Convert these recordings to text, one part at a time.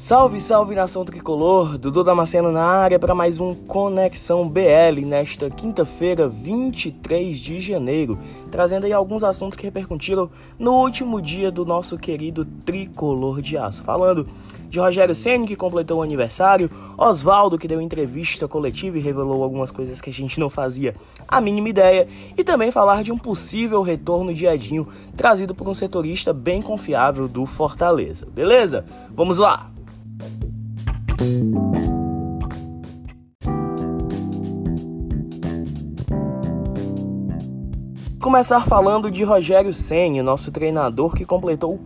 Salve, salve nação tricolor, Dudu Damasceno na área para mais um Conexão BL nesta quinta-feira, 23 de janeiro, trazendo aí alguns assuntos que repercutiram no último dia do nosso querido tricolor de aço. Falando de Rogério Ceni, que completou o aniversário, Osvaldo, que deu entrevista coletiva e revelou algumas coisas que a gente não fazia a mínima ideia, e também falar de um possível retorno de Edinho, trazido por um setorista bem confiável do Fortaleza. Beleza? Vamos lá! Começar falando de Rogério Ceni, nosso treinador que completou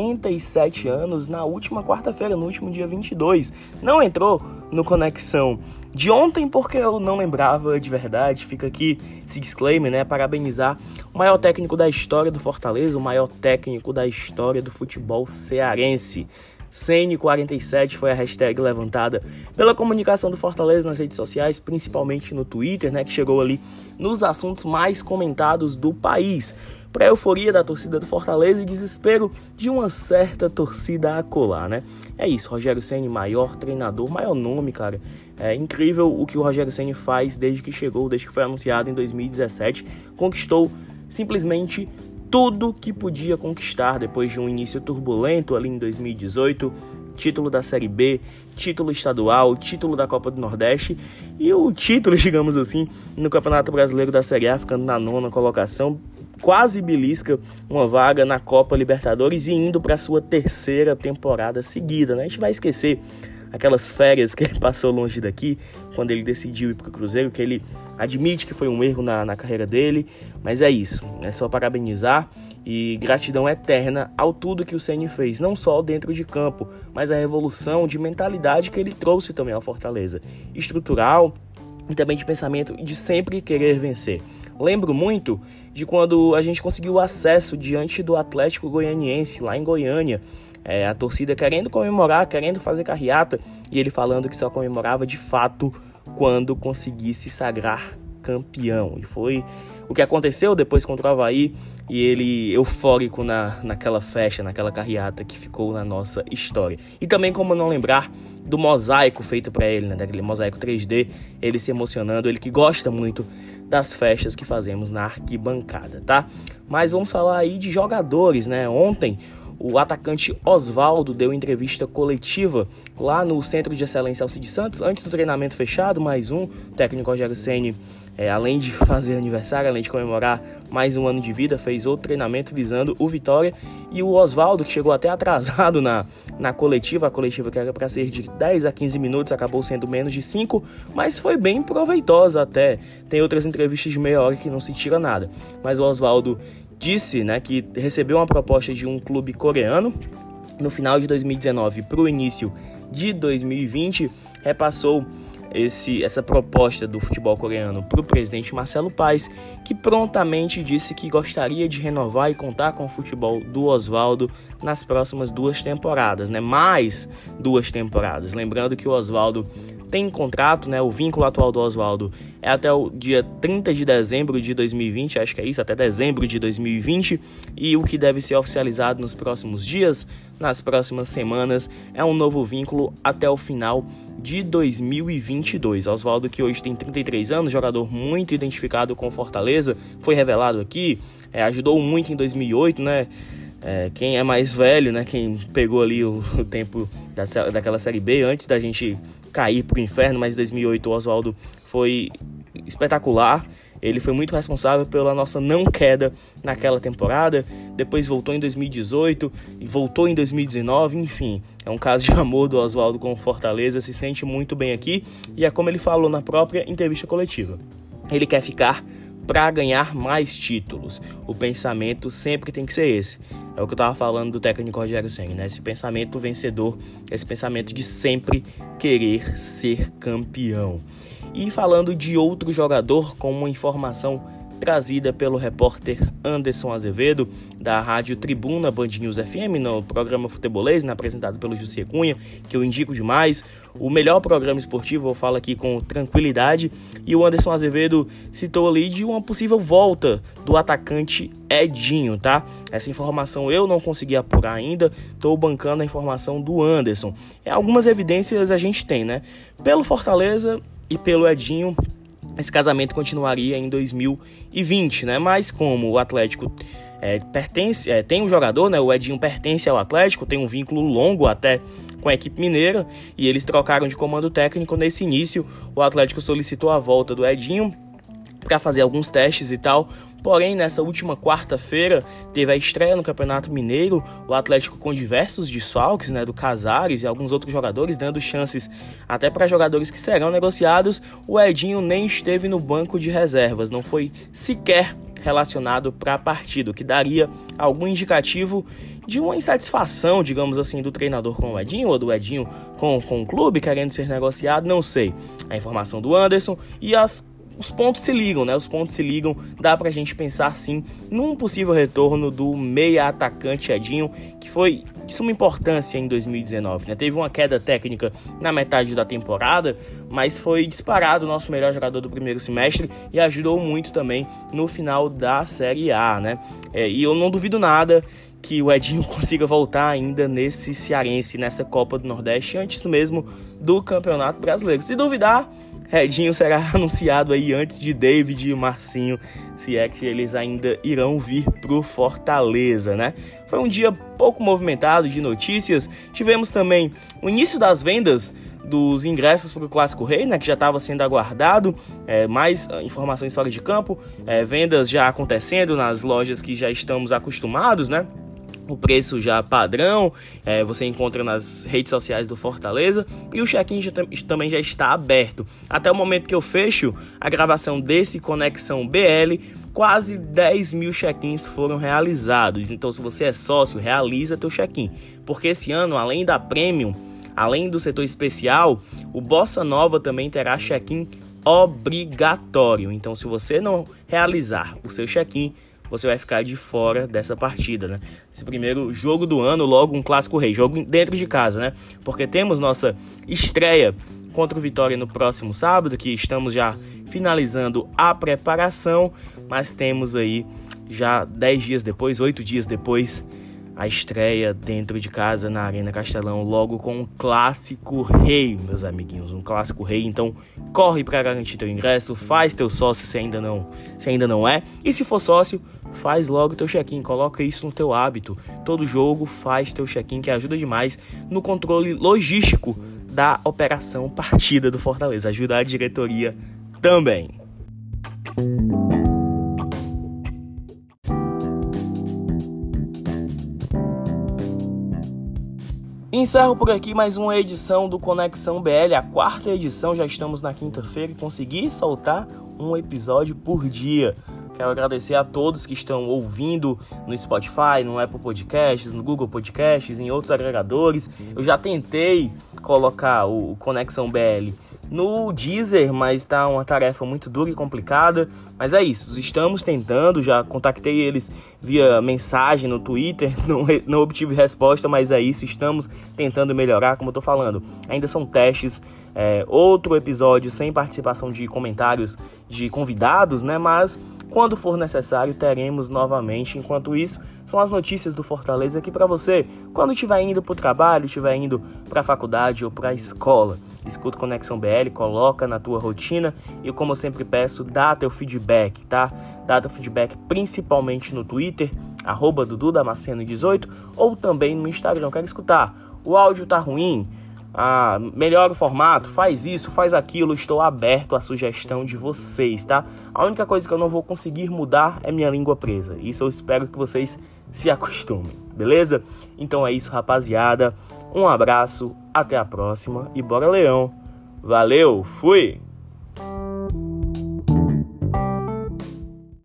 47 anos na última quarta-feira, no último dia 22. Não entrou no Conexão de ontem porque eu não lembrava de verdade. Fica aqui esse disclaimer, né? Parabenizar o maior técnico da história do Fortaleza, o maior técnico da história do futebol cearense. Ceni 47 foi a hashtag levantada pela comunicação do Fortaleza nas redes sociais, principalmente no Twitter, né, que chegou ali nos assuntos mais comentados do país. Para a euforia da torcida do Fortaleza e desespero de uma certa torcida acolá, né? É isso, Rogério Ceni, maior treinador, maior nome, cara. É incrível o que o Rogério Ceni faz desde que chegou, desde que foi anunciado em 2017. Conquistou simplesmente tudo que podia conquistar depois de um início turbulento ali em 2018, título da Série B, título estadual, título da Copa do Nordeste e o título, digamos assim, no Campeonato Brasileiro da Série A, ficando na 9ª colocação, quase belisca uma vaga na Copa Libertadores e indo para a sua 3ª temporada seguida, né? A gente vai esquecer aquelas férias que ele passou longe daqui, quando ele decidiu ir para o Cruzeiro, que ele admite que foi um erro na carreira dele, mas é isso, é só parabenizar e gratidão eterna ao tudo que o Ceni fez, não só dentro de campo, mas a revolução de mentalidade que ele trouxe também ao Fortaleza, estrutural e também de pensamento de sempre querer vencer. Lembro muito de quando a gente conseguiu acesso diante do Atlético Goianiense, lá em Goiânia, a torcida querendo comemorar, querendo fazer carreata, e ele falando que só comemorava de fato quando conseguisse sagrar campeão. E foi o que aconteceu depois contra o Avaí, e ele eufórico naquela festa, naquela carreata que ficou na nossa história. E também como não lembrar do mosaico feito para ele, né, daquele mosaico 3D, ele se emocionando, ele que gosta muito das festas que fazemos na arquibancada, tá? Mas vamos falar aí de jogadores, né? Ontem o atacante Osvaldo deu entrevista coletiva lá no Centro de Excelência Alcides Santos, antes do treinamento fechado, mais um. O técnico Rogério Ceni, além de fazer aniversário, além de comemorar mais um ano de vida, fez outro treinamento visando o Vitória. E o Osvaldo, que chegou até atrasado na coletiva, a coletiva que era para ser de 10 a 15 minutos, acabou sendo menos de 5, mas foi bem proveitosa até. Tem outras entrevistas de meia hora que não se tira nada. Mas o Osvaldo disse, né, que recebeu uma proposta de um clube coreano no final de 2019 para o início de 2020, repassou essa proposta do futebol coreano para o presidente Marcelo Paes, que prontamente disse que gostaria de renovar e contar com o futebol do Osvaldo nas próximas 2 temporadas, né? Mais 2 temporadas. Lembrando que o Osvaldo tem contrato, né? O vínculo atual do Osvaldo é até o dia 30 de dezembro de 2020, acho que é isso, até dezembro de 2020, e o que deve ser oficializado nos próximos dias, nas próximas semanas, é um novo vínculo até o final de 2022. Osvaldo, que hoje tem 33 anos, jogador muito identificado com Fortaleza, foi revelado aqui, ajudou muito em 2008, né? Quem é mais velho, né? Quem pegou ali o tempo daquela Série B antes da gente cair pro inferno, mas em 2008 o Osvaldo foi espetacular. Ele foi muito responsável pela nossa não queda naquela temporada. Depois voltou em 2018 e voltou em 2019. Enfim, é um caso de amor do Osvaldo com o Fortaleza. Se sente muito bem aqui e é como ele falou na própria entrevista coletiva. Ele quer ficar para ganhar mais títulos. O pensamento sempre tem que ser esse. É o que eu estava falando do técnico Rogério Ceni, né? Esse pensamento vencedor, esse pensamento de sempre querer ser campeão. E falando de outro jogador com uma informação trazida pelo repórter Anderson Azevedo, da Rádio Tribuna Band News FM, no programa Futebolês, apresentado pelo José Cunha, que eu indico demais. O melhor programa esportivo, eu falo aqui com tranquilidade. E o Anderson Azevedo citou ali de uma possível volta do atacante Edinho, tá? Essa informação eu não consegui apurar ainda, estou bancando a informação do Anderson. Algumas evidências a gente tem, né? Pelo Fortaleza e pelo Edinho, esse casamento continuaria em 2020, né? Mas como o Atlético tem um jogador, né? O Edinho pertence ao Atlético, tem um vínculo longo até com a equipe mineira, e eles trocaram de comando técnico. Nesse início, o Atlético solicitou a volta do Edinho para fazer alguns testes e tal. Porém, nessa última quarta-feira, teve a estreia no Campeonato Mineiro, o Atlético com diversos desfalques, né, do Casares e alguns outros jogadores, dando chances até para jogadores que serão negociados. O Edinho nem esteve no banco de reservas, não foi sequer relacionado para a partida, o que daria algum indicativo de uma insatisfação, digamos assim, do treinador com o Edinho, ou do Edinho com o clube querendo ser negociado, não sei. A informação do Anderson e os pontos se ligam, né? Os pontos se ligam, dá pra gente pensar sim num possível retorno do meia atacante Edinho, que foi de suma importância em 2019, né? Teve uma queda técnica na metade da temporada, mas foi disparado o nosso melhor jogador do primeiro semestre e ajudou muito também no final da Série A, né? E eu não duvido nada que o Edinho consiga voltar ainda nesse cearense, nessa Copa do Nordeste, antes mesmo do Campeonato Brasileiro. Se duvidar, Edinho será anunciado aí antes de David e Marcinho, se é que eles ainda irão vir pro Fortaleza, né? Foi um dia pouco movimentado de notícias. Tivemos também o início das vendas dos ingressos para o Clássico Rei, né, que já estava sendo aguardado. Mais informações fora de campo, vendas já acontecendo nas lojas que já estamos acostumados, né? O preço já padrão, você encontra nas redes sociais do Fortaleza, e o check-in também já está aberto. Até o momento que eu fecho a gravação desse Conexão BL, quase 10 mil check-ins foram realizados. Então, se você é sócio, realiza teu check-in, porque esse ano, além da Premium, além do setor especial, o Bossa Nova também terá check-in obrigatório. Então, se você não realizar o seu check-in, você vai ficar de fora dessa partida, né? Esse primeiro jogo do ano, logo um Clássico Rei, jogo dentro de casa, né? Porque temos nossa estreia contra o Vitória no próximo sábado, que estamos já finalizando a preparação, mas temos aí já 10 dias depois, 8 dias depois, a estreia dentro de casa na Arena Castelão, logo com um Clássico Rei, meus amiguinhos, um Clássico Rei. Então corre para garantir teu ingresso, faz teu sócio se ainda não é, e se for sócio, faz logo teu check-in, coloca isso no teu hábito. Todo jogo faz teu check-in, que ajuda demais no controle logístico da operação partida do Fortaleza, ajuda a diretoria também. Encerro por aqui mais uma edição do Conexão BL, a 4ª edição, já estamos na quinta-feira e consegui soltar um episódio por dia. Quero agradecer a todos que estão ouvindo no Spotify, no Apple Podcasts, no Google Podcasts, em outros agregadores. Eu já tentei colocar o Conexão BL no Deezer, mas está uma tarefa muito dura e complicada. Mas é isso, estamos tentando, já contactei eles via mensagem no Twitter, não obtive resposta, mas é isso, estamos tentando melhorar, como eu tô falando. Ainda são testes, outro episódio sem participação de comentários de convidados, né? Mas quando for necessário, teremos novamente. Enquanto isso, são as notícias do Fortaleza aqui para você, quando estiver indo para o trabalho, estiver indo para a faculdade ou para a escola. Escuta o Conexão BL, coloca na tua rotina e, como eu sempre peço, dá teu feedback, tá? Dá teu feedback principalmente no Twitter, @DuduDamasceno18, ou também no Instagram. Quero escutar. O áudio tá ruim? Melhora o formato, faz isso, faz aquilo, estou aberto à sugestão de vocês, tá? A única coisa que eu não vou conseguir mudar é minha língua presa. Isso eu espero que vocês se acostumem, beleza? Então é isso, rapaziada. Um abraço, até a próxima e bora Leão. Valeu, fui!